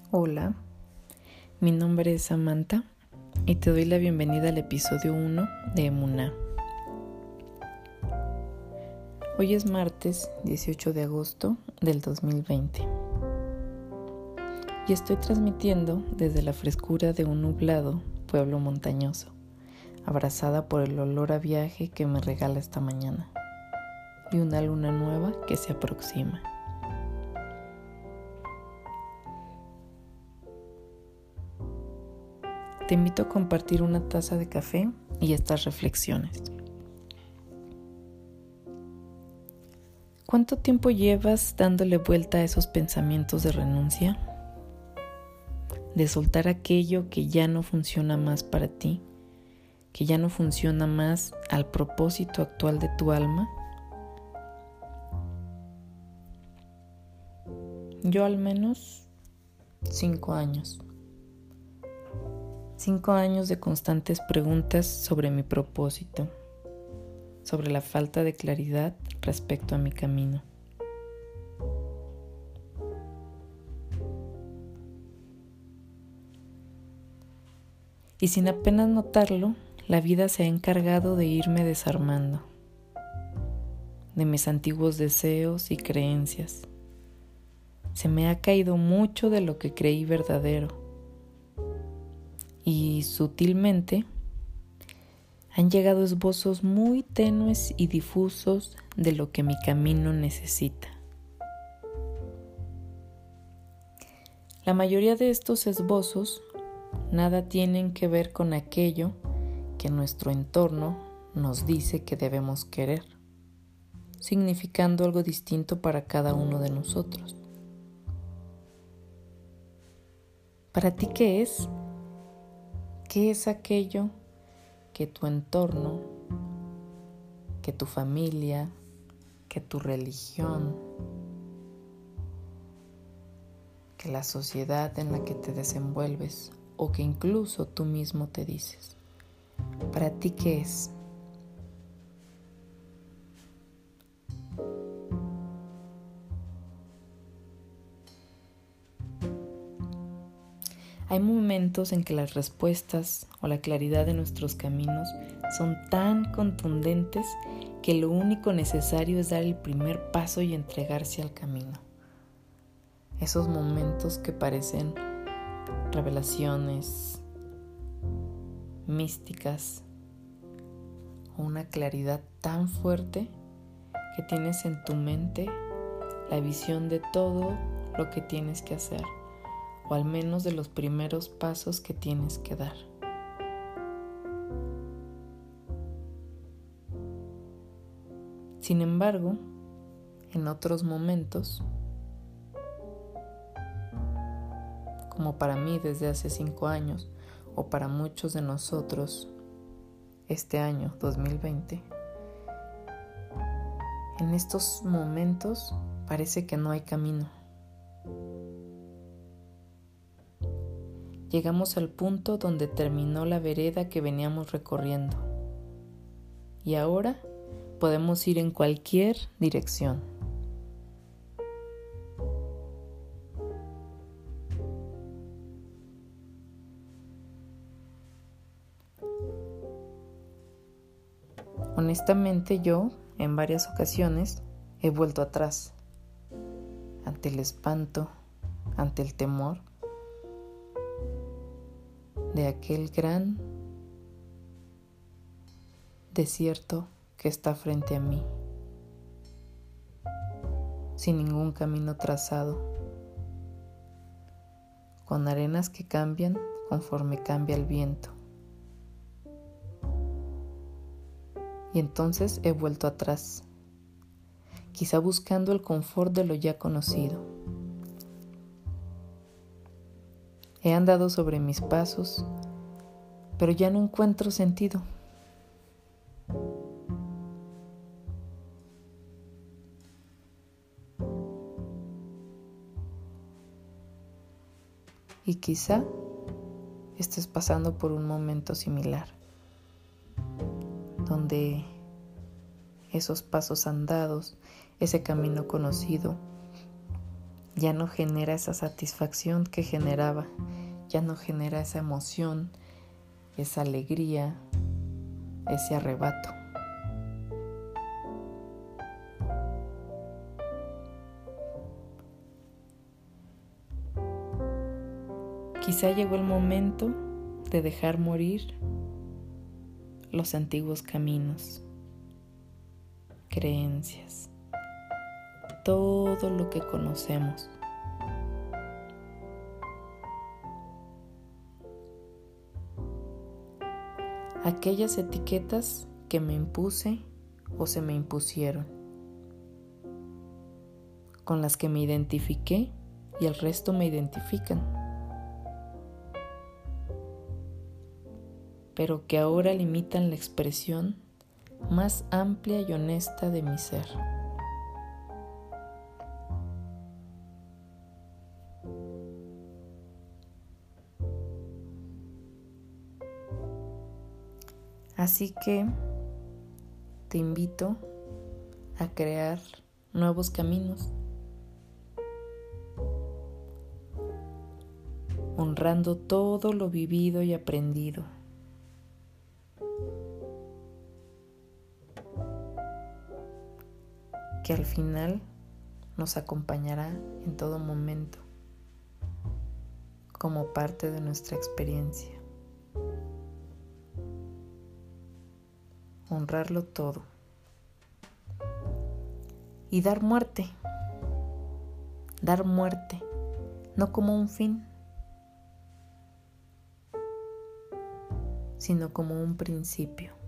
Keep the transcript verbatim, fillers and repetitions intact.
Hola, mi nombre es Samantha y te doy la bienvenida al episodio uno de Emuná. Hoy es martes dieciocho de agosto del dos mil veinte y estoy transmitiendo desde la frescura de un nublado pueblo montañoso, abrazada por el olor a viaje que me regala esta mañana y una luna nueva que se aproxima. Te invito a compartir una taza de café y estas reflexiones. ¿Cuánto tiempo llevas dándole vuelta a esos pensamientos de renuncia? De soltar aquello que ya no funciona más para ti, que ya no funciona más al propósito actual de tu alma. Yo al menos cinco años. Cinco años de constantes preguntas sobre mi propósito, sobre la falta de claridad respecto a mi camino. Y sin apenas notarlo, la vida se ha encargado de irme desarmando de mis antiguos deseos y creencias. Se me ha caído mucho de lo que creí verdadero. Y sutilmente han llegado esbozos muy tenues y difusos de lo que mi camino necesita. La mayoría de estos esbozos nada tienen que ver con aquello que nuestro entorno nos dice que debemos querer, significando algo distinto para cada uno de nosotros. ¿Para ti qué es? ¿Qué es aquello que tu entorno, que tu familia, que tu religión, que la sociedad en la que te desenvuelves o que incluso tú mismo te dices? ¿Para ti qué es? Hay momentos en que las respuestas o la claridad de nuestros caminos son tan contundentes que lo único necesario es dar el primer paso y entregarse al camino. Esos momentos que parecen revelaciones místicas o una claridad tan fuerte que tienes en tu mente la visión de todo lo que tienes que hacer, o al menos de los primeros pasos que tienes que dar. Sin embargo, en otros momentos, como para mí desde hace cinco años, o para muchos de nosotros este año dos mil veinte, en estos momentos parece que no hay camino. Llegamos al punto donde terminó la vereda que veníamos recorriendo y ahora podemos ir en cualquier dirección. Honestamente, yo en varias ocasiones he vuelto atrás ante el espanto, ante el temor de aquel gran desierto que está frente a mí, sin ningún camino trazado, con arenas que cambian conforme cambia el viento. Y entonces he vuelto atrás, quizá buscando el confort de lo ya conocido. He andado sobre mis pasos, pero ya no encuentro sentido. Y quizá estés pasando por un momento similar, donde esos pasos andados, ese camino conocido, ya no genera esa satisfacción que generaba, ya no genera esa emoción, esa alegría, ese arrebato. Quizá llegó el momento de dejar morir los antiguos caminos, creencias, todo lo que conocemos. Aquellas etiquetas que me impuse o se me impusieron, con las que me identifiqué y el resto me identifican, pero que ahora limitan la expresión más amplia y honesta de mi ser. Así que te invito a crear nuevos caminos, honrando todo lo vivido y aprendido. Que al final nos acompañará en todo momento como parte de nuestra experiencia. Honrarlo todo y dar muerte, dar muerte, no como un fin, sino como un principio.